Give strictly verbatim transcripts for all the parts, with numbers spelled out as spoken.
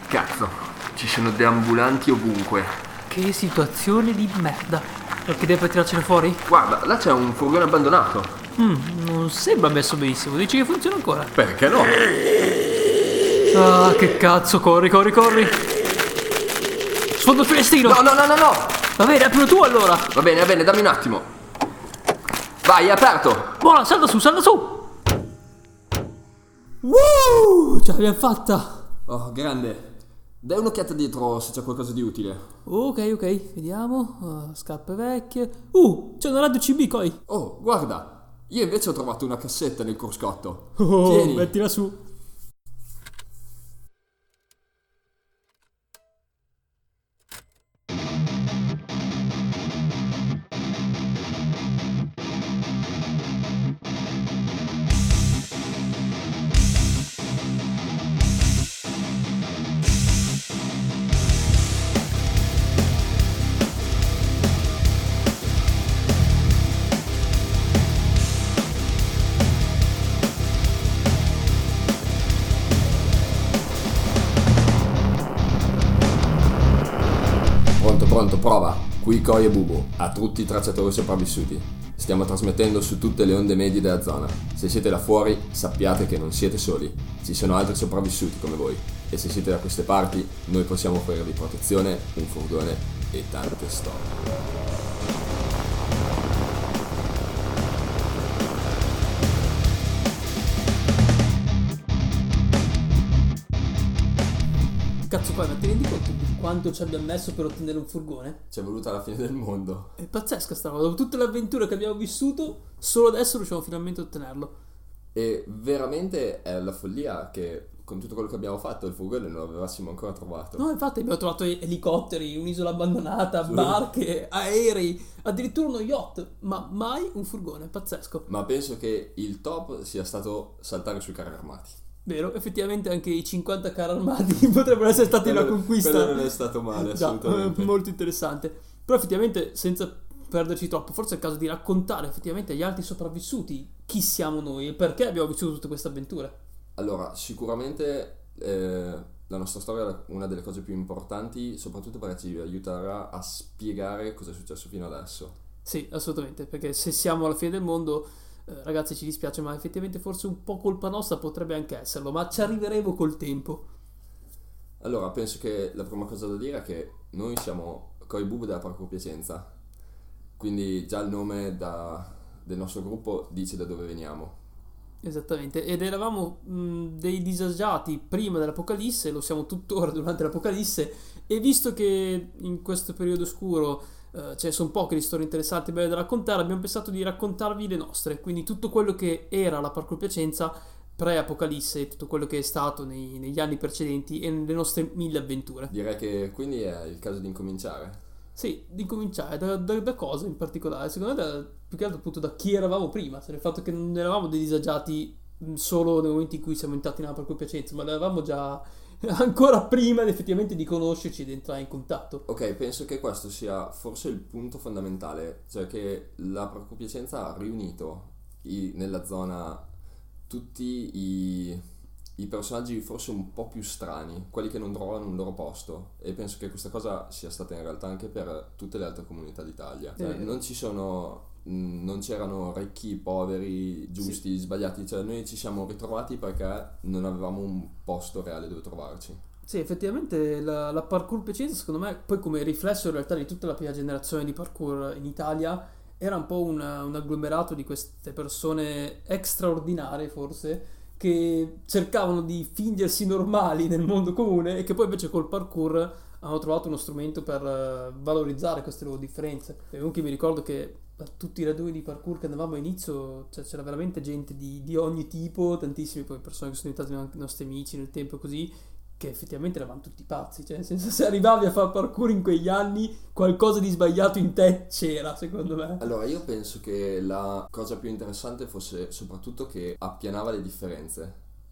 Cazzo, ci sono deambulanti ovunque. Che situazione di merda. Qualche idea per tirarcene fuori? Guarda, là c'è un furgone abbandonato. Mm, non sembra messo benissimo. Dici che funziona ancora? Perché no? Ah, che cazzo, corri, corri, corri. Sfondo il finestrino. No, no, no, no, no. Va bene, aprilo tu allora. Va bene, va bene, dammi un attimo. Vai, è aperto. Buona, salta su, salta su. Woo! Ce l'abbiamo fatta. Oh, grande. Dai un'occhiata dietro se c'è qualcosa di utile. Ok, ok, vediamo. Uh, scarpe vecchie. Uh, c'è una radio C B, coi. Oh, guarda. Io invece ho trovato una cassetta nel cruscotto. Oh, Tieni. mettila su. Pronto, pronto, prova. Qui Koi e Bubu, a tutti i tracciatori sopravvissuti. Stiamo trasmettendo su tutte le onde medie della zona. Se siete là fuori, sappiate che non siete soli. Ci sono altri sopravvissuti come voi. E se siete da queste parti, noi possiamo offrirvi protezione, un furgone e tante storie. Cazzo, poi, ma ti rendi conto di quanto ci abbiamo messo per ottenere un furgone? Ci è voluta la fine del mondo. È pazzesca sta roba. Dopo tutte le avventure che abbiamo vissuto, solo adesso riusciamo finalmente a ottenerlo. E veramente è la follia che con tutto quello che abbiamo fatto il furgone non l'avessimo ancora trovato. No, infatti abbiamo trovato elicotteri, un'isola abbandonata, barche, aerei, addirittura uno yacht, ma mai un furgone. Pazzesco. Ma penso che il top sia stato saltare sui carri armati. Vero, effettivamente anche i cinquanta carri armati potrebbero essere stati Quello- una conquista. quello non è stato male, Già, assolutamente. eh, molto interessante. Però effettivamente, senza perderci troppo, forse è il caso di raccontare effettivamente agli altri sopravvissuti chi siamo noi e perché abbiamo vissuto tutte queste avventure. Allora, sicuramente eh, la nostra storia è una delle cose più importanti, soprattutto perché ci aiuterà a spiegare cosa è successo fino adesso. Sì, assolutamente, perché se siamo alla fine del mondo, eh, ragazzi, ci dispiace, ma effettivamente forse un po' colpa nostra potrebbe anche esserlo, ma ci arriveremo col tempo. Allora, penso che la prima cosa da dire è che noi siamo Koi Bubu della Parco Piacenza, quindi già il nome da- del nostro gruppo dice da dove veniamo. Esattamente, ed eravamo mh, dei disagiati prima dell'Apocalisse, lo siamo tuttora durante l'Apocalisse, e visto che in questo periodo oscuro eh, cioè, sono poche le storie interessanti e belle da raccontare, abbiamo pensato di raccontarvi le nostre, quindi tutto quello che era la Parco Piacenza pre-Apocalisse, tutto quello che è stato nei- negli anni precedenti e le nostre mille avventure. Direi che quindi è il caso di incominciare. Sì, di cominciare da, da, da cosa in particolare? Secondo me da, più che altro appunto da chi eravamo prima, cioè il fatto che non eravamo dei disagiati mh, solo nel momento in cui siamo entrati nella Parco Piacenza, ma l'eravamo già ancora prima effettivamente di conoscerci ed entrare in contatto. Ok, penso che questo sia forse il punto fondamentale, cioè che la Parco Piacenza ha riunito i- nella zona tutti i, i personaggi forse un po' più strani, quelli che non trovano un loro posto, e penso che questa cosa sia stata in realtà anche per tutte le altre comunità d'Italia. Cioè, Eh. non ci sono mh, non c'erano ricchi, poveri, giusti, sbagliati, cioè noi ci siamo ritrovati perché non avevamo un posto reale dove trovarci. Sì, effettivamente la, la parkour Piacenza, secondo me, poi come riflesso in realtà di tutta la prima generazione di parkour in Italia, era un po' un, un agglomerato di queste persone straordinarie, forse, che cercavano di fingersi normali nel mondo comune e che poi invece col parkour hanno trovato uno strumento per eh, valorizzare queste loro differenze. E comunque mi ricordo che a tutti i raduni di parkour che andavamo all'inizio, cioè, c'era veramente gente di, di ogni tipo, tantissime poi persone che sono diventate anche nostri amici nel tempo così, che effettivamente eravamo tutti pazzi, cioè nel senso, se arrivavi a fare parkour in quegli anni qualcosa di sbagliato in te c'era, secondo me. Allora, io penso che la cosa più interessante fosse soprattutto che appianava le differenze.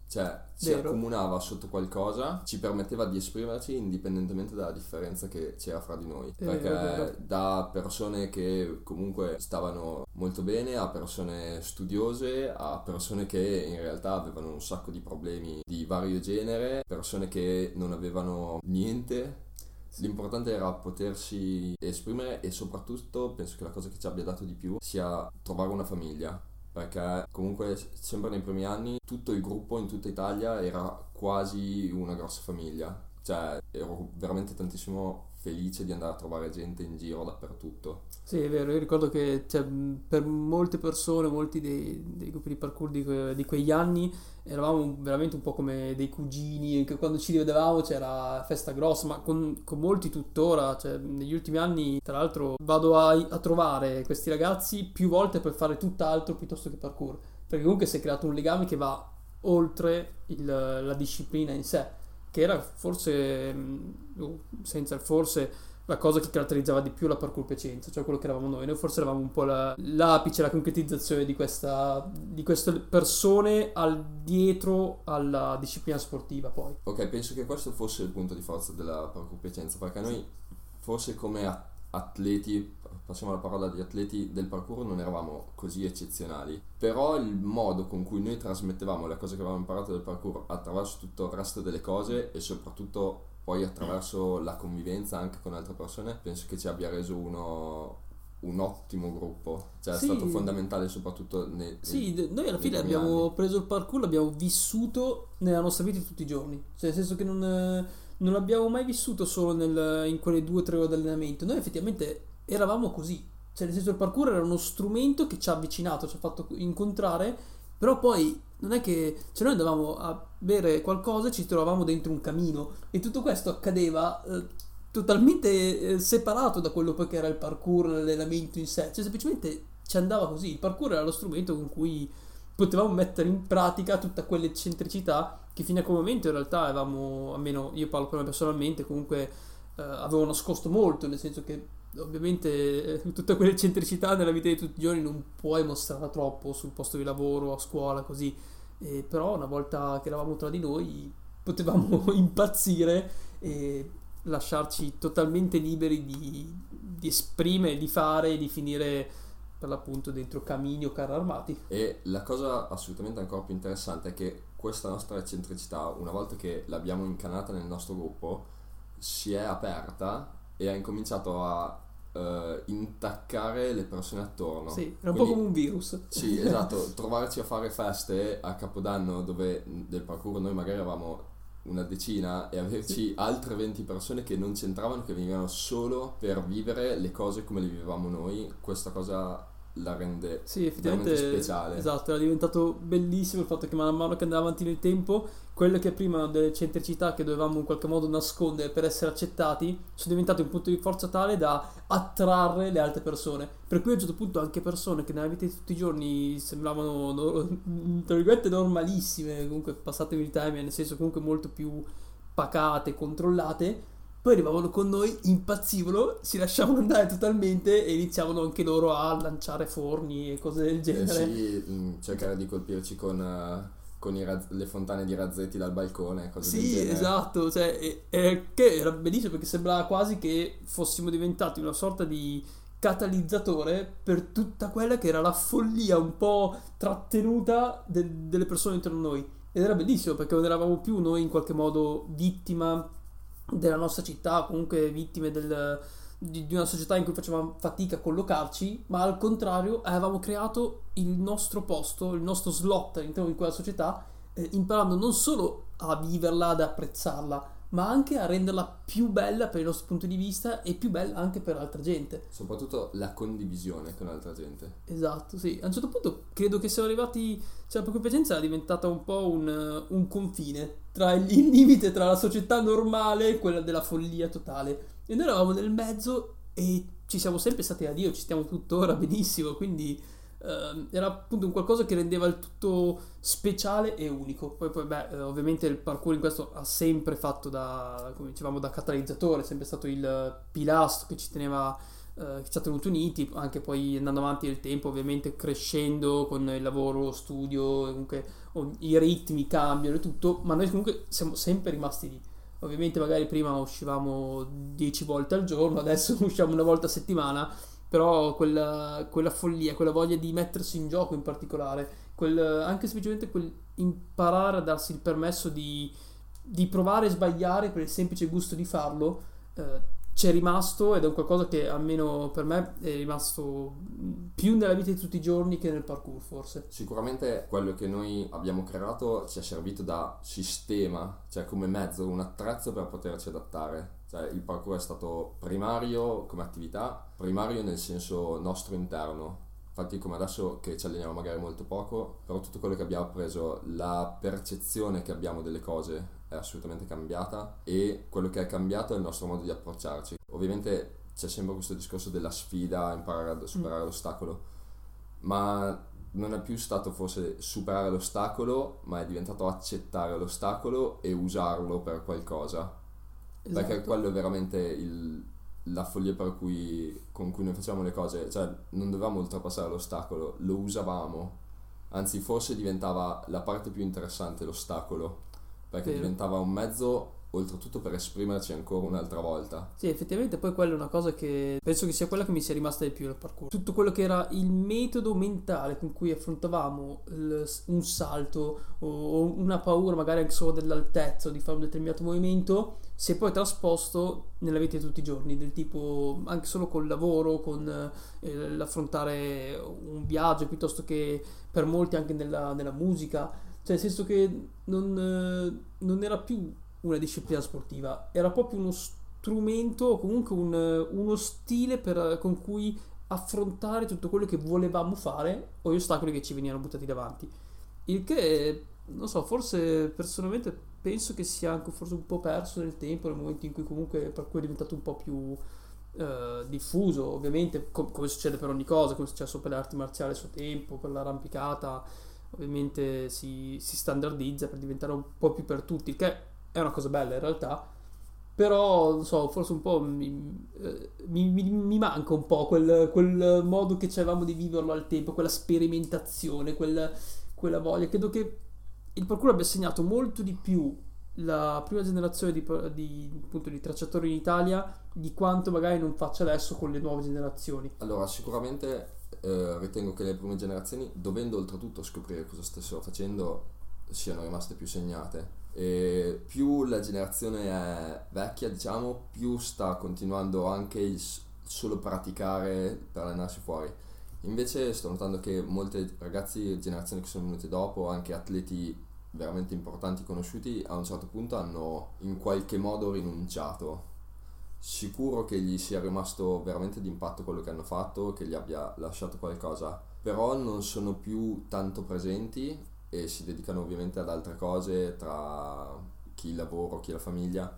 Cioè, ci Vero. accomunava sotto qualcosa, ci permetteva di esprimerci indipendentemente dalla differenza che c'era fra di noi. È Perché vero, è vero. da persone che comunque stavano molto bene, a persone studiose, a persone che in realtà avevano un sacco di problemi di vario genere, persone che non avevano niente. L'importante era potersi esprimere e soprattutto penso che la cosa che ci abbia dato di più sia trovare una famiglia. Perché comunque sempre nei primi anni tutto il gruppo in tutta Italia era quasi una grossa famiglia. Cioè ero veramente tantissimo felice di andare a trovare gente in giro dappertutto. Sì, è vero, io ricordo che cioè, per molte persone, molti dei, dei gruppi di parkour di, que- di quegli anni eravamo veramente un po' come dei cugini, che quando ci rivedevamo c'era festa grossa, ma con, con molti tuttora, cioè negli ultimi anni tra l'altro vado a, a trovare questi ragazzi più volte per fare tutt'altro piuttosto che parkour, perché comunque si è creato un legame che va oltre il- la disciplina in sé, che era forse, mh, senza il forse, la cosa che caratterizzava di più la parkour Piacenza, cioè quello che eravamo noi. Noi forse eravamo un po' la- l'apice, la concretizzazione di questa, di queste persone al dietro alla disciplina sportiva poi. Ok, penso che questo fosse il punto di forza della Parkour Piacenza, perché noi forse come a- atleti, passiamo la parola di atleti del parkour, non eravamo così eccezionali, però il modo con cui noi trasmettevamo le cose che avevamo imparato del parkour attraverso tutto il resto delle cose e soprattutto poi attraverso la convivenza anche con altre persone, penso che ci abbia reso uno un ottimo gruppo, cioè è Sì. stato fondamentale soprattutto nei, Sì, d- noi alla nei fine primi abbiamo anni. preso il parkour, l'abbiamo vissuto nella nostra vita tutti i giorni, cioè nel senso che non, eh, non l'abbiamo mai vissuto solo nel- in quelle due o tre ore di allenamento, noi effettivamente eravamo così, cioè nel senso il parkour era uno strumento che ci ha avvicinato, ci ha fatto incontrare, però poi non è che, cioè noi andavamo a bere qualcosa e ci trovavamo dentro un camino e tutto questo accadeva eh, totalmente eh, separato da quello poi che era il parkour, l'allenamento in sé, cioè semplicemente ci andava così, il parkour era lo strumento con cui potevamo mettere in pratica tutta quell'eccentricità che fino a quel momento in realtà avevamo, almeno io parlo per me personalmente, comunque eh, avevo nascosto molto, nel senso che ovviamente eh, tutta quell'eccentricità nella vita di tutti i giorni non puoi mostrarla troppo sul posto di lavoro, a scuola, così. Eh, però una volta che eravamo tra di noi potevamo impazzire e lasciarci totalmente liberi di, di esprimere, di fare e di finire per l'appunto dentro camini o carri armati. E la cosa assolutamente ancora più interessante è che questa nostra eccentricità, una volta che l'abbiamo incanata nel nostro gruppo, si è aperta e ha incominciato a eh, intaccare le persone attorno. Sì, era un Quindi- po' come un virus. Sì, esatto, trovarci a fare feste a Capodanno dove del parkour noi magari avevamo una decina e averci altre venti persone che non c'entravano, che venivano solo per vivere le cose come le vivevamo noi, questa cosa la rende Sì, veramente effettivamente speciale. esatto, era diventato bellissimo il fatto che man mano che andava avanti nel tempo, quelle che prima delle eccentricità che dovevamo in qualche modo nascondere per essere accettati, sono diventate un punto di forza tale da attrarre le altre persone. Per cui a un certo punto anche persone che nella vita di tutti i giorni sembravano no- tra virgolette normalissime, comunque passatemi il termine, nel senso comunque molto più pacate, controllate, poi arrivavano con noi, impazzivano, si lasciavano andare totalmente e iniziavano anche loro a lanciare forni e cose del Eh genere. sì, mh, cercare di colpirci con, eh, con i raz- le fontane di razzetti dal balcone, cose del Sì, genere. esatto, cioè, e- e- che era bellissimo perché sembrava quasi che fossimo diventati una sorta di catalizzatore per tutta quella che era la follia un po' trattenuta de- delle persone intorno a noi. Ed era bellissimo perché non eravamo più noi in qualche modo vittima della nostra città, comunque vittime del- di, di una società in cui facevamo fatica a collocarci, ma al contrario avevamo creato il nostro posto, il nostro slot all'interno di quella società, eh, imparando non solo a viverla, ad apprezzarla, ma anche a renderla più bella per il nostro punto di vista e più bella anche per altra gente. Soprattutto la condivisione con altra gente. Esatto, sì. A un certo punto credo che siamo arrivati, cioè la Piacenza è diventata un po' un, un confine tra il, il limite tra la società normale e quella della follia totale. E noi eravamo nel mezzo e ci siamo sempre stati a Dio, ci stiamo tuttora benissimo, quindi ehm, era appunto un qualcosa che rendeva il tutto speciale e unico. Poi, poi beh, eh, ovviamente il parkour in questo ha sempre fatto da, come dicevamo, da catalizzatore, è sempre stato il pilastro che ci teneva eh, che ci ha tenuto uniti, anche poi andando avanti nel tempo, ovviamente crescendo con il lavoro, lo studio, comunque oh, i ritmi cambiano e tutto, ma noi comunque siamo sempre rimasti lì. Ovviamente magari prima uscivamo dieci volte al giorno, adesso usciamo una volta a settimana, però quella, quella follia, quella voglia di mettersi in gioco in particolare, quel, anche semplicemente quel imparare a darsi il permesso di, di provare e sbagliare per il semplice gusto di farlo, eh, c'è rimasto, ed è un qualcosa che almeno per me è rimasto più nella vita di tutti i giorni che nel parkour, forse. Sicuramente quello che noi abbiamo creato ci è servito da sistema, cioè come mezzo, un attrezzo per poterci adattare. Cioè il parkour è stato primario come attività, primario nel senso nostro interno. Infatti come adesso che ci alleniamo magari molto poco, però tutto quello che abbiamo appreso, la percezione che abbiamo delle cose è assolutamente cambiata, e quello che è cambiato è il nostro modo di approcciarci. Ovviamente c'è sempre questo discorso della sfida, imparare a superare mm. l'ostacolo, ma non è più stato forse superare l'ostacolo, ma è diventato accettare l'ostacolo e usarlo per qualcosa. Esatto. Perché quello è veramente il, la follia per cui, con cui noi facciamo le cose, cioè non dovevamo oltrepassare l'ostacolo, lo usavamo, anzi forse diventava la parte più interessante l'ostacolo, perché Vero. diventava un mezzo oltretutto per esprimerci ancora un'altra volta. Sì, effettivamente poi quella è una cosa che penso che sia quella che mi sia rimasta di più nel parkour. Tutto quello che era il metodo mentale con cui affrontavamo il, un salto o una paura magari anche solo dell'altezza o di fare un determinato movimento, si è poi trasposto nella vita di tutti i giorni, del tipo anche solo col lavoro, con eh, l'affrontare un viaggio, piuttosto che per molti anche nella, nella musica, cioè nel senso che non, eh, non era più una disciplina sportiva, era proprio uno strumento o comunque un, uno stile per, con cui affrontare tutto quello che volevamo fare o gli ostacoli che ci venivano buttati davanti. Il che, non so, forse personalmente penso che sia anche forse un po' perso nel tempo, nel momento in cui comunque il parkour è diventato un po' più eh, diffuso, ovviamente, com- come succede per ogni cosa, come è successo per le arti marziali a suo tempo, per l'arrampicata, ovviamente si, si standardizza per diventare un po' più per tutti, il che è una cosa bella in realtà, però non so, forse un po' mi, mi, mi, mi manca un po' quel, quel modo che avevamo di viverlo al tempo, quella sperimentazione, quella, quella voglia. Credo che il parkour abbia segnato molto di più la prima generazione di, di, appunto, di tracciatori in Italia di quanto magari non faccia adesso con le nuove generazioni. Allora sicuramente eh, ritengo che le prime generazioni, dovendo oltretutto scoprire cosa stessero facendo, siano rimaste più segnate. E più la generazione è vecchia, diciamo, più sta continuando anche il solo praticare per allenarsi fuori. Invece sto notando che molti ragazzi, generazioni che sono venute dopo, anche atleti veramente importanti conosciuti, a un certo punto hanno in qualche modo rinunciato. Sicuro che gli sia rimasto veramente d'impatto quello che hanno fatto, che gli abbia lasciato qualcosa, però non sono più tanto presenti e si dedicano ovviamente ad altre cose, tra chi il lavoro, chi la famiglia,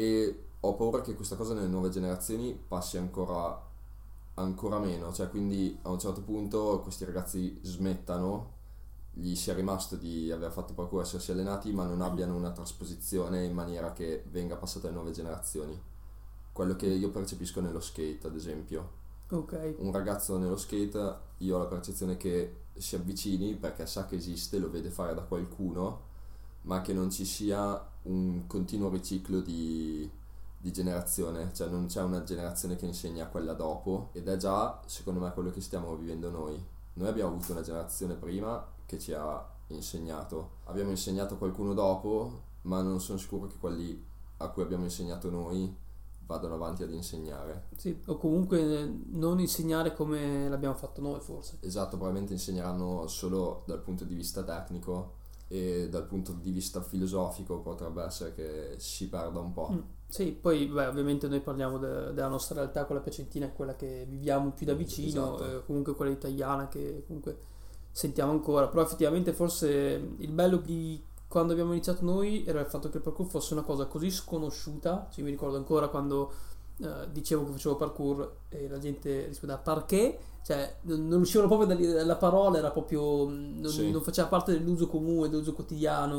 e ho paura che questa cosa nelle nuove generazioni passi ancora ancora meno, cioè quindi a un certo punto questi ragazzi smettano, gli sia rimasto di aver fatto parkour, essersi allenati, ma non abbiano una trasposizione in maniera che venga passata alle nuove generazioni. Quello che io percepisco nello skate, ad esempio. Okay. Un ragazzo nello skate, io ho la percezione che si avvicini perché sa che esiste, lo vede fare da qualcuno, ma che non ci sia un continuo riciclo di, di generazione, cioè non c'è una generazione che insegna a quella dopo, ed è già secondo me quello che stiamo vivendo noi. Noi abbiamo avuto una generazione prima che ci ha insegnato, abbiamo insegnato a qualcuno dopo, ma non sono sicuro che quelli a cui abbiamo insegnato noi vadano avanti ad insegnare. Sì, o comunque non insegnare come l'abbiamo fatto noi, forse. Esatto, probabilmente insegneranno solo dal punto di vista tecnico, e dal punto di vista filosofico potrebbe essere che si perda un po'. Mm, sì, poi beh, ovviamente noi parliamo de- della nostra realtà, quella piacentina è quella che viviamo più da vicino, esatto. eh, comunque quella italiana che comunque sentiamo ancora, però effettivamente forse il bello di quando abbiamo iniziato noi era il fatto che il parkour fosse una cosa così sconosciuta. Cioè, mi ricordo ancora quando eh, dicevo che facevo parkour e la gente rispondeva perché, cioè non, non uscivano proprio dalla parola, era proprio non, sì. non faceva parte dell'uso comune, dell'uso quotidiano,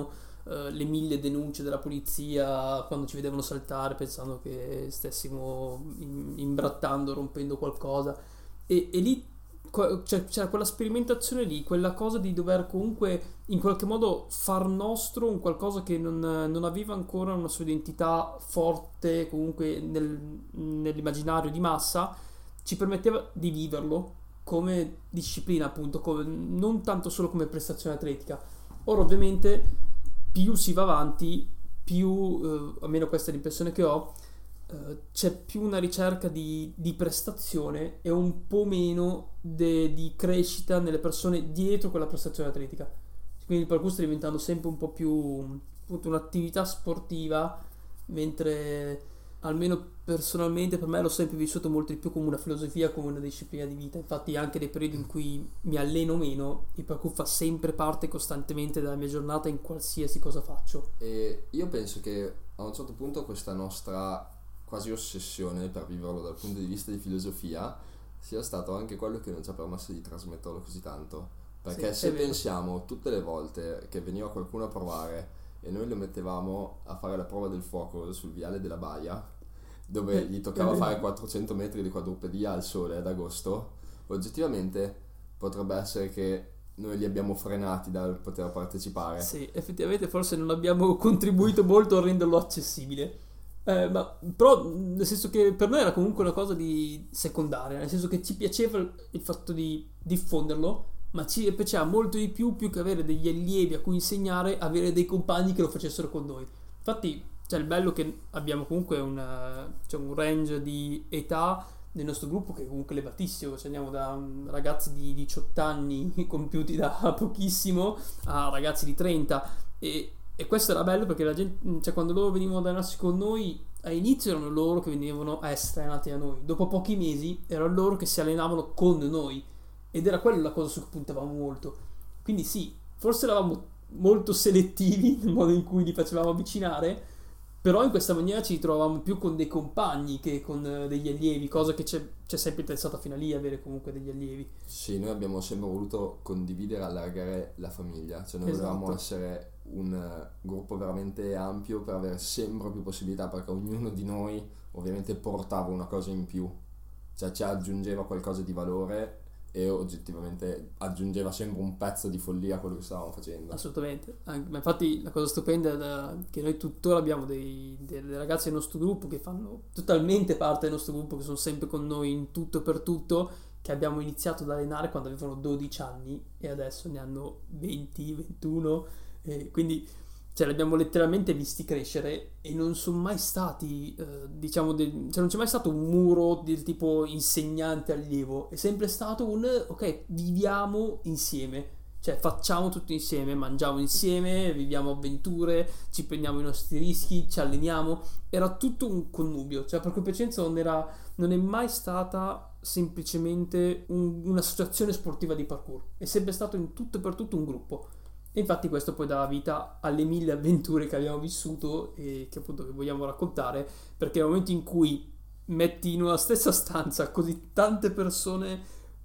eh, le mille denunce della polizia quando ci vedevano saltare pensando che stessimo in- imbrattando, rompendo qualcosa. E, e lì co- c'è- c'era quella sperimentazione lì, quella cosa di dover comunque in qualche modo far nostro un qualcosa che non, non aveva ancora una sua identità forte comunque nel- nell'immaginario di massa, ci permetteva di viverlo come disciplina, appunto, come- non tanto solo come prestazione atletica. Ora ovviamente più si va avanti, più, eh, almeno questa è l'impressione che ho, eh, c'è più una ricerca di, di prestazione e un po' meno de- di crescita nelle persone dietro quella prestazione atletica. Quindi il parkour sta diventando sempre un po' più appunto, un'attività sportiva, mentre almeno personalmente per me l'ho sempre vissuto molto di più come una filosofia, come una disciplina di vita. Infatti anche nei periodi in cui mi alleno meno, il parkour fa sempre parte costantemente della mia giornata in qualsiasi cosa faccio. E io penso che a un certo punto questa nostra quasi ossessione per viverlo dal punto di vista di filosofia sia stato anche quello che non ci ha permesso di trasmetterlo così tanto. Perché Sì, se è vero. pensiamo tutte le volte che veniva qualcuno a provare e noi lo mettevamo a fare la prova del fuoco sul viale della Baia, dove Eh, gli è toccava vero. fare quattrocento metri di quadrupedia al sole ad agosto, oggettivamente potrebbe essere che noi li abbiamo frenati dal poter partecipare. Sì, effettivamente forse non abbiamo contribuito molto a renderlo accessibile. Eh, ma però nel senso che per noi era comunque una cosa di secondaria, nel senso che ci piaceva il il fatto di diffonderlo, ma ci piaceva molto di più, più che avere degli allievi a cui insegnare, avere dei compagni che lo facessero con noi. Infatti, c'è il bello che abbiamo comunque una- c'è un range di età nel nostro gruppo che è comunque elevatissimo, cioè andiamo da um, ragazzi di diciotto anni compiuti da pochissimo a ragazzi di trenta e, e questo era bello perché la gente, cioè quando loro venivano ad allenarsi con noi all'inizio erano loro che venivano a essere allenati da noi, dopo pochi mesi erano loro che si allenavano con noi ed era quella la cosa su cui puntavamo molto. Quindi sì, forse eravamo molto selettivi nel modo in cui li facevamo avvicinare, però in questa maniera ci trovavamo più con dei compagni che con eh, degli allievi, cosa che c'è, c'è sempre interessato fino a lì avere comunque degli allievi. Sì, noi abbiamo sempre voluto condividere e allargare la famiglia, cioè noi volevamo Esatto. essere un eh, gruppo veramente ampio per avere sempre più possibilità, perché ognuno di noi ovviamente portava una cosa in più, cioè ci aggiungeva qualcosa di valore e oggettivamente aggiungeva sempre un pezzo di follia a quello che stavamo facendo. Assolutamente. Anche- ma infatti la cosa stupenda è da- che noi tuttora abbiamo dei, delle ragazze del nostro gruppo che fanno totalmente parte del nostro gruppo, che sono sempre con noi in tutto e per tutto, che abbiamo iniziato ad allenare quando avevano dodici anni e adesso ne hanno venti, ventuno, e quindi cioè, li abbiamo letteralmente visti crescere e non sono mai stati, eh, diciamo, del- cioè non c'è mai stato un muro del tipo insegnante-allievo, è sempre stato un, ok, viviamo insieme, cioè facciamo tutto insieme, mangiamo insieme, viviamo avventure, ci prendiamo i nostri rischi, ci alleniamo, era tutto un connubio, cioè per Piacenza non era, non è mai stata semplicemente un- un'associazione sportiva di parkour, è sempre stato in tutto e per tutto un gruppo. E infatti questo poi dà vita alle mille avventure che abbiamo vissuto e che appunto che vogliamo raccontare, perché nel momento in cui metti in una stessa stanza così tante persone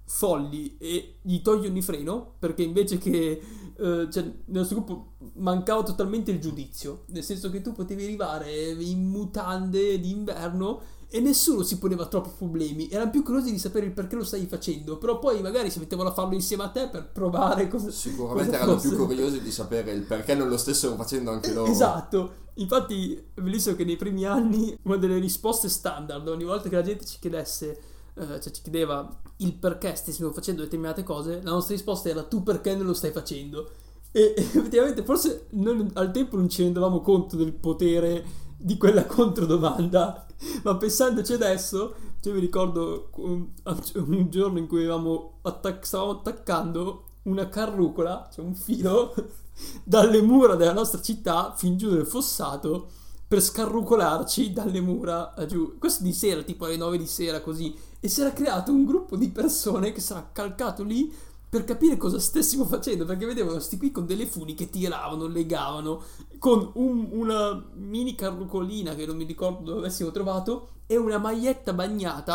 folli e gli togli ogni freno, perché invece che eh, cioè, nel nostro gruppo mancava totalmente il giudizio, nel senso che tu potevi arrivare in mutande d'inverno e nessuno si poneva troppi problemi, erano più curiosi di sapere il perché lo stavi facendo, però poi magari si mettevano a farlo insieme a te per provare cosa, Sicuramente cosa erano fosse. più curiosi di sapere il perché non lo stessero facendo anche loro. Esatto, infatti è bellissimo che nei primi anni una delle risposte standard ogni volta che la gente ci chiedesse, eh, cioè ci chiedeva il perché stessimo facendo determinate cose, la nostra risposta era tu perché non lo stai facendo. E effettivamente forse noi al tempo non ci rendevamo conto del potere di quella controdomanda, ma pensandoci adesso, cioè mi ricordo un, un giorno in cui avevamo attac- stavamo attaccando una carrucola, cioè un filo, dalle mura della nostra città fin giù nel fossato per scarrucolarci dalle mura a giù. Questo di sera, tipo alle nove di sera così, e si era creato un gruppo di persone che si era calcato lì per capire cosa stessimo facendo, perché vedevano sti qui con delle funi che tiravano, legavano, con un- una mini carrucolina che non mi ricordo dove avessimo trovato e una maglietta bagnata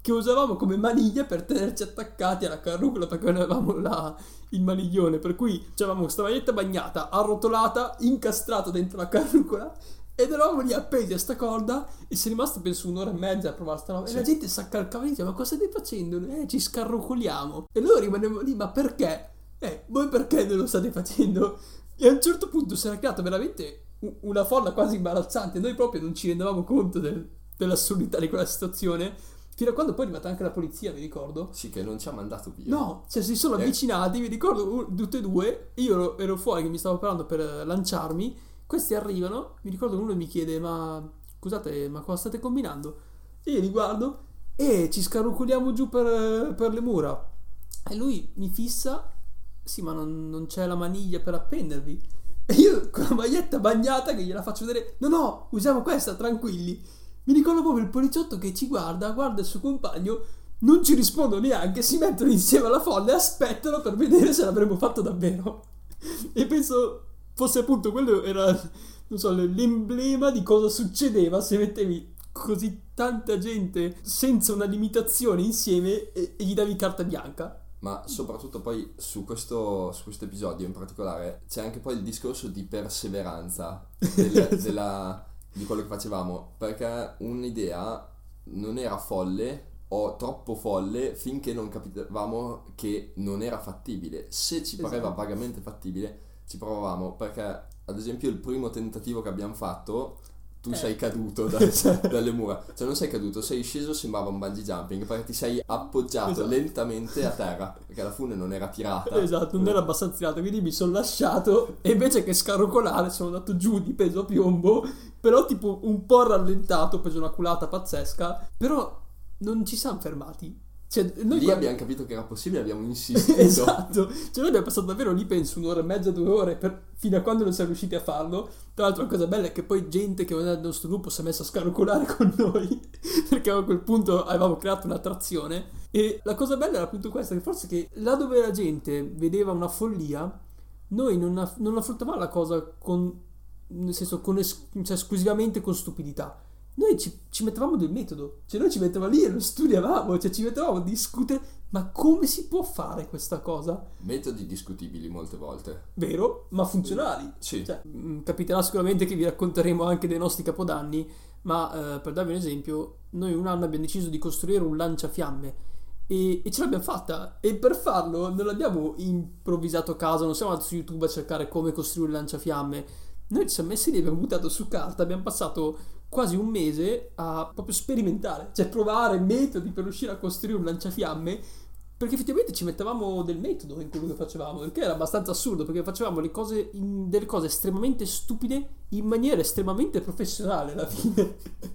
che usavamo come maniglia per tenerci attaccati alla carrucola, perché non avevamo la, il maniglione, per cui avevamo questa maglietta bagnata, arrotolata, incastrata dentro la carrucola, ed eravamo lì appesi a sta corda e si è rimasti penso un'ora e mezza a provare sta roba. Sì. E la gente si accalcava e diceva: ma cosa state facendo? Eh, ci scarrucoliamo. E noi rimanevamo lì: ma perché? Eh, voi perché non lo state facendo? E a un certo punto si era creata veramente una folla quasi imbarazzante. Noi proprio non ci rendevamo conto del, dell'assurdità di quella situazione, fino a quando poi è arrivata anche la polizia, mi ricordo. Sì, che non ci ha mandato via. No, cioè si sono eh. avvicinati, mi ricordo tutte e due. Io ero, ero fuori che mi stavo preparando per lanciarmi. Questi arrivano, mi ricordo che uno mi chiede: ma scusate, ma cosa state combinando? E io li guardo e ci scarrucoliamo giù per, per le mura. E lui mi fissa: sì, ma non, non c'è la maniglia per appendervi. E io con la maglietta bagnata che gliela faccio vedere: no no, usiamo questa, tranquilli. Mi ricordo proprio il poliziotto che ci guarda, guarda il suo compagno, non ci rispondono neanche, si mettono insieme alla folla e aspettano per vedere se l'avremmo fatto davvero. E penso fosse appunto quello, era, non so, l'emblema di cosa succedeva se mettevi così tanta gente senza una limitazione insieme e, e gli davi carta bianca. Ma soprattutto poi su questo, su questo episodio in particolare c'è anche poi il discorso di perseveranza del, della, di quello che facevamo, perché un'idea non era folle o troppo folle finché non capivamo che non era fattibile. Se ci pareva esatto. vagamente fattibile ci provavamo, perché ad esempio il primo tentativo che abbiamo fatto tu eh. sei caduto da, dalle mura, cioè non sei caduto, sei sceso, sembrava un bungee jumping, perché ti sei appoggiato esatto. lentamente a terra, perché la fune non era tirata, esatto, non era abbastanza tirata, quindi mi sono lasciato e invece che scarrocolare sono andato giù di peso a piombo, però tipo un po' rallentato, ho preso una culata pazzesca, però non ci siamo fermati. Cioè, noi lì quando... abbiamo capito che era possibile, abbiamo insistito. Esatto, cioè noi abbiamo passato davvero lì penso un'ora e mezza, due ore per... fino a quando non siamo riusciti a farlo. Tra l'altro la cosa bella è che poi gente che non era del nostro gruppo si è messa a scarrocolare con noi perché a quel punto avevamo creato un'attrazione. E la cosa bella era appunto questa, che forse che là dove la gente vedeva una follia, noi non, aff- non affrontavamo la cosa con, nel senso, con es- cioè, esclusivamente con stupidità. Noi ci, ci mettevamo del metodo, cioè noi ci mettevamo lì e lo studiavamo, cioè ci mettevamo a discutere, ma come si può fare questa cosa? Metodi discutibili molte volte. Vero, ma funzionali. Sì. Cioè, mh, capiterà sicuramente che vi racconteremo anche dei nostri capodanni, ma eh, per darvi un esempio, noi un anno abbiamo deciso di costruire un lanciafiamme e, e ce l'abbiamo fatta, e per farlo non l'abbiamo improvvisato a casa, non siamo andati su YouTube a cercare come costruire un lanciafiamme, noi ci siamo messi lì, abbiamo buttato su carta, abbiamo passato quasi un mese a proprio sperimentare, cioè provare metodi per riuscire a costruire un lanciafiamme, perché effettivamente ci mettevamo del metodo in quello che facevamo, il che era abbastanza assurdo, perché facevamo le cose in, delle cose estremamente stupide in maniera estremamente professionale alla fine.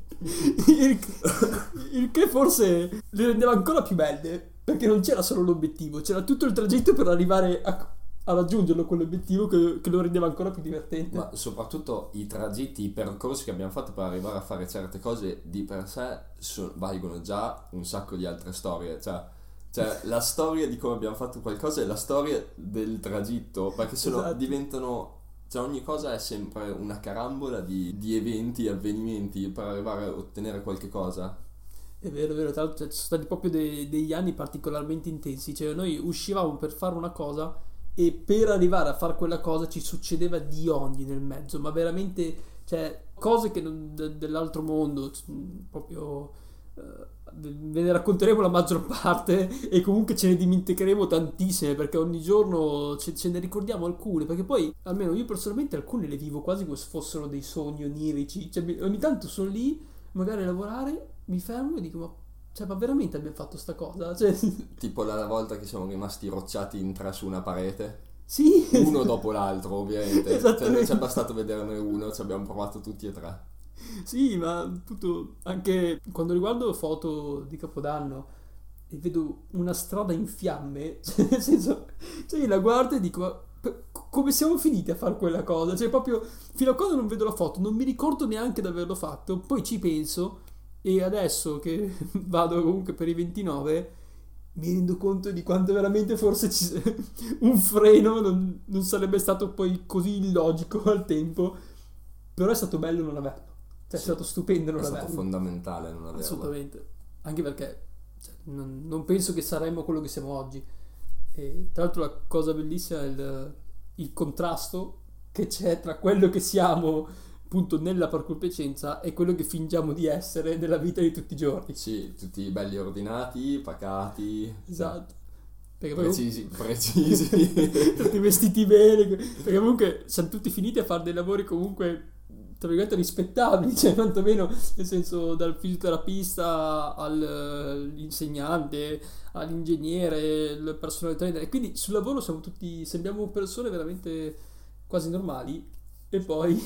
il, il che forse le rendeva ancora più belle, perché non c'era solo l'obiettivo, c'era tutto il tragitto per arrivare a a raggiungerlo, quell'obiettivo che, che lo rendeva ancora più divertente. Ma soprattutto i tragitti, i percorsi che abbiamo fatto per arrivare a fare certe cose di per sé so, valgono già un sacco di altre storie, cioè, cioè la storia di come abbiamo fatto qualcosa è la storia del tragitto, perché se no esatto. diventano, cioè ogni cosa è sempre una carambola di, di eventi, avvenimenti per arrivare a ottenere qualche cosa. È vero, è vero, tra l'altro ci sono stati proprio dei, degli anni particolarmente intensi, cioè noi uscivamo per fare una cosa e per arrivare a fare quella cosa ci succedeva di ogni nel mezzo, ma veramente, cioè, cose che non, de, dell'altro mondo, proprio uh, ve ne racconteremo la maggior parte e comunque ce ne dimenticheremo tantissime, perché ogni giorno ce, ce ne ricordiamo alcune, perché poi almeno io personalmente alcune le vivo quasi come se fossero dei sogni onirici, cioè ogni tanto sono lì magari a lavorare, mi fermo e dico ma cioè, ma veramente abbiamo fatto sta cosa? Cioè... Tipo la volta che siamo rimasti rocciati in tre su una parete. Sì. Uno dopo l'altro, ovviamente. Cioè, non ci è bastato vederne uno, ci abbiamo provato tutti e tre. Sì, ma appunto anche quando riguardo foto di Capodanno e vedo una strada in fiamme, cioè nel senso, cioè io la guardo e dico come siamo finiti a fare quella cosa? Cioè proprio fino a quando non vedo la foto non mi ricordo neanche di averlo fatto, poi ci penso. E adesso che vado comunque per i ventinove mi rendo conto di quanto veramente forse ci... un freno non, non sarebbe stato poi così illogico al tempo, però è stato bello non averlo, cioè sì, è stato stupendo non è averlo, stato fondamentale non averlo, assolutamente, anche perché cioè, non, non penso che saremmo quello che siamo oggi. E tra l'altro la cosa bellissima è il, il contrasto che c'è tra quello che siamo appunto nella parkour Piacenza e quello che fingiamo di essere nella vita di tutti i giorni. Sì, tutti belli ordinati, pacati. Esatto. Perché precisi, precisi. Tutti vestiti bene, perché comunque siamo tutti finiti a fare dei lavori comunque tra virgolette rispettabili, cioè quantomeno nel senso dal fisioterapista all'insegnante, all'ingegnere, il personal trainer, e quindi sul lavoro siamo tutti, sembriamo persone veramente quasi normali, e poi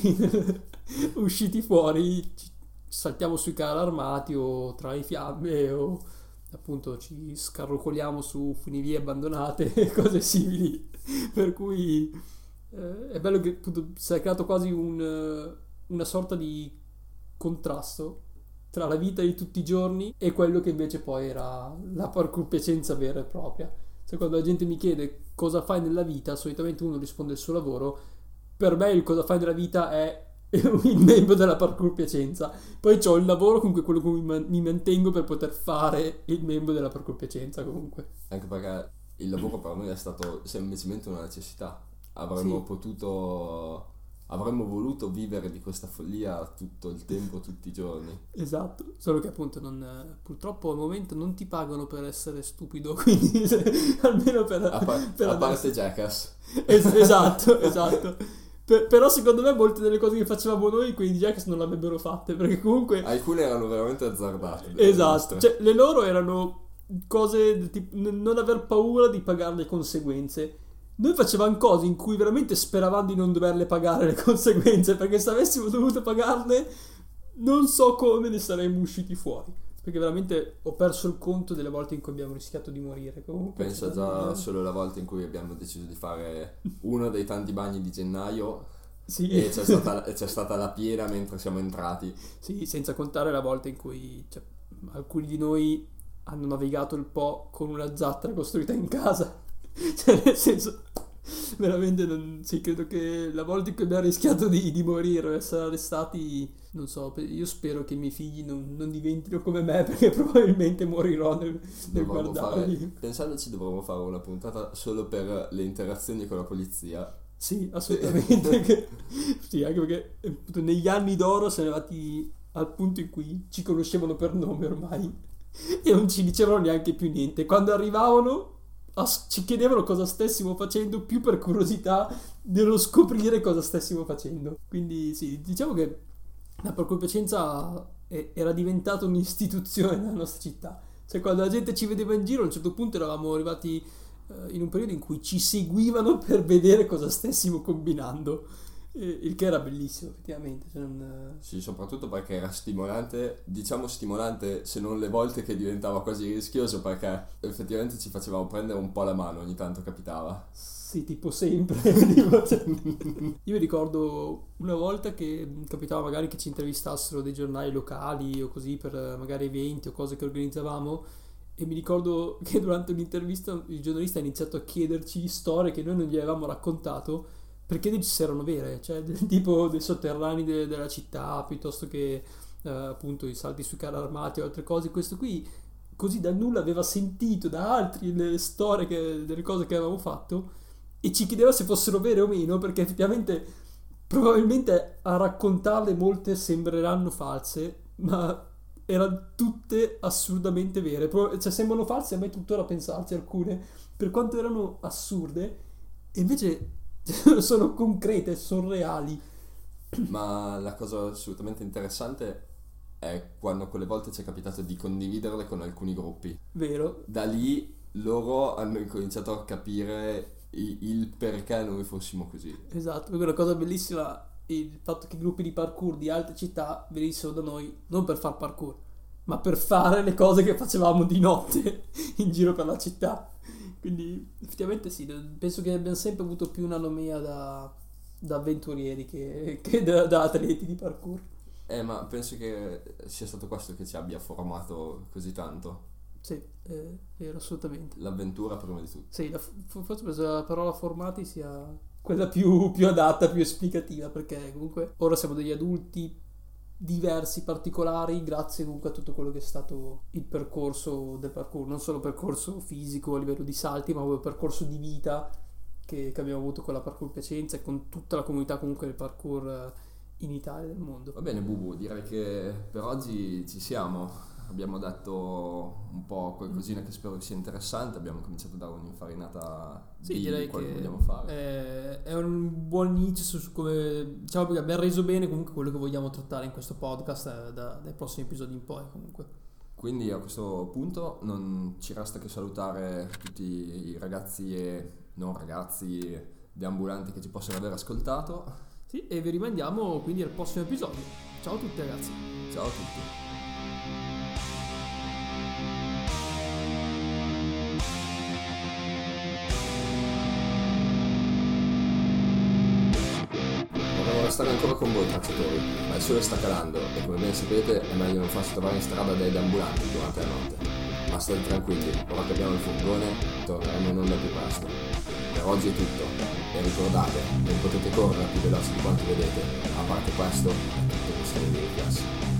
usciti fuori ci saltiamo sui carri armati o tra le fiamme o appunto ci scarrocoliamo su funivie abbandonate e cose simili, per cui eh, è bello che appunto si è creato quasi un, una sorta di contrasto tra la vita di tutti i giorni e quello che invece poi era la parkour Piacenza vera e propria. Cioè, quando la gente mi chiede cosa fai nella vita, solitamente uno risponde il suo lavoro. Per me il cosa fai nella vita è il membro della parkour Piacenza, poi c'ho il lavoro, comunque quello con cui mi mantengo per poter fare il membro della parkour Piacenza comunque. Anche perché il lavoro per noi è stato semplicemente una necessità. Avremmo sì. potuto avremmo voluto vivere di questa follia tutto il tempo, tutti i giorni. Esatto, solo che appunto non, purtroppo al momento non ti pagano per essere stupido, quindi almeno per a, par- per a parte Jackass. Es- esatto, esatto. Per- però secondo me molte delle cose che facevamo noi quei di Jackass non l'avrebbero fatte, perché comunque alcune erano veramente azzardate. Esatto, cioè le loro erano cose tipo n- non aver paura di pagare le conseguenze. Noi facevamo cose in cui veramente speravamo di non doverle pagare le conseguenze, perché se avessimo dovuto pagarle non so come ne saremmo usciti fuori, perché veramente ho perso il conto delle volte in cui abbiamo rischiato di morire. Comunque pensa già solo la volta in cui abbiamo deciso di fare uno dei tanti bagni di gennaio. Sì. E c'è stata, c'è stata la piena mentre siamo entrati. Sì, senza contare la volta in cui cioè, alcuni di noi hanno navigato il Po con una zattera costruita in casa. Cioè, nel senso, veramente non, sì, credo che la volta in cui abbiamo rischiato di, di morire o essere arrestati, non so, io spero che i miei figli non, non diventino come me, perché probabilmente morirò nel, nel guardarli. Fare, pensandoci, dovremmo fare una puntata solo per le interazioni con la polizia. Sì, assolutamente. che, sì, anche perché appunto, negli anni d'oro siamo arrivati al punto in cui ci conoscevano per nome ormai e non ci dicevano neanche più niente. Quando arrivavano ci chiedevano cosa stessimo facendo più per curiosità dello scoprire cosa stessimo facendo. Quindi sì, diciamo che la parkour Piacenza era diventata un'istituzione nella nostra città. Cioè quando la gente ci vedeva in giro a un certo punto eravamo arrivati eh, in un periodo in cui ci seguivano per vedere cosa stessimo combinando, eh, il che era bellissimo effettivamente. Cioè non... Sì, soprattutto perché era stimolante, diciamo stimolante se non le volte che diventava quasi rischioso, perché effettivamente ci facevamo prendere un po' la mano, ogni tanto capitava. Sì, tipo sempre. Io mi ricordo una volta che capitava magari che ci intervistassero dei giornali locali o così per magari eventi o cose che organizzavamo, e mi ricordo che durante un'intervista il giornalista ha iniziato a chiederci storie che noi non gli avevamo raccontato, perché dici se erano vere, cioè del tipo dei sotterranei de- della città, piuttosto che eh, appunto i salti sui carri armati o altre cose. Questo qui così dal nulla aveva sentito da altri le storie che, delle cose che avevamo fatto e ci chiedeva se fossero vere o meno, perché effettivamente probabilmente a raccontarle molte sembreranno false, ma erano tutte assurdamente vere. Pro- cioè sembrano false a me tuttora pensarci alcune, per quanto erano assurde, e invece sono concrete, sono reali. Ma la cosa assolutamente interessante è quando quelle volte ci è capitato di condividerle con alcuni gruppi. Vero. Da lì loro hanno incominciato a capire il, il perché noi fossimo così. Esatto, perché una cosa bellissima è il fatto che i gruppi di parkour di altre città venissero da noi non per far parkour, ma per fare le cose che facevamo di notte in giro per la città. Quindi effettivamente sì, penso che abbiamo sempre avuto più una nomea da, da avventurieri che, che da, da atleti di parkour. Eh, ma penso che sia stato questo che ci abbia formato così tanto. Sì, è vero, assolutamente. L'avventura prima di tutto. Sì, la, forse penso che la parola formati sia quella più, più adatta, più esplicativa, perché comunque ora siamo degli adulti diversi, particolari, grazie comunque a tutto quello che è stato il percorso del parkour, non solo percorso fisico a livello di salti, ma proprio percorso di vita che, che abbiamo avuto con la Parkour Piacenza e con tutta la comunità comunque del parkour in Italia e nel mondo. Va bene Bubu, direi che per oggi ci siamo. Abbiamo detto un po' qualcosina che spero che sia interessante, abbiamo cominciato a dare un'infarinata Sì, di direi quello che che vogliamo fare. È, è un buon inizio su, su come, diciamo, che abbiamo reso bene comunque quello che vogliamo trattare in questo podcast eh, da, dai prossimi episodi in poi comunque. Quindi a questo punto non ci resta che salutare tutti i ragazzi e non ragazzi deambulanti che ci possono aver ascoltato. Sì, e vi rimandiamo quindi al prossimo episodio. Ciao a tutti ragazzi. Ciao a tutti. Stare ancora con voi tracciatori, ma il sole sta calando e come ben sapete è meglio non farsi trovare in strada dai ambulanti durante la notte. Ma state tranquilli, ora che abbiamo il furgone torneremo in onda più presto. Per oggi è tutto e ricordate, non potete correre più veloci di quanto vedete, a parte questo è tutto questione di riflessi.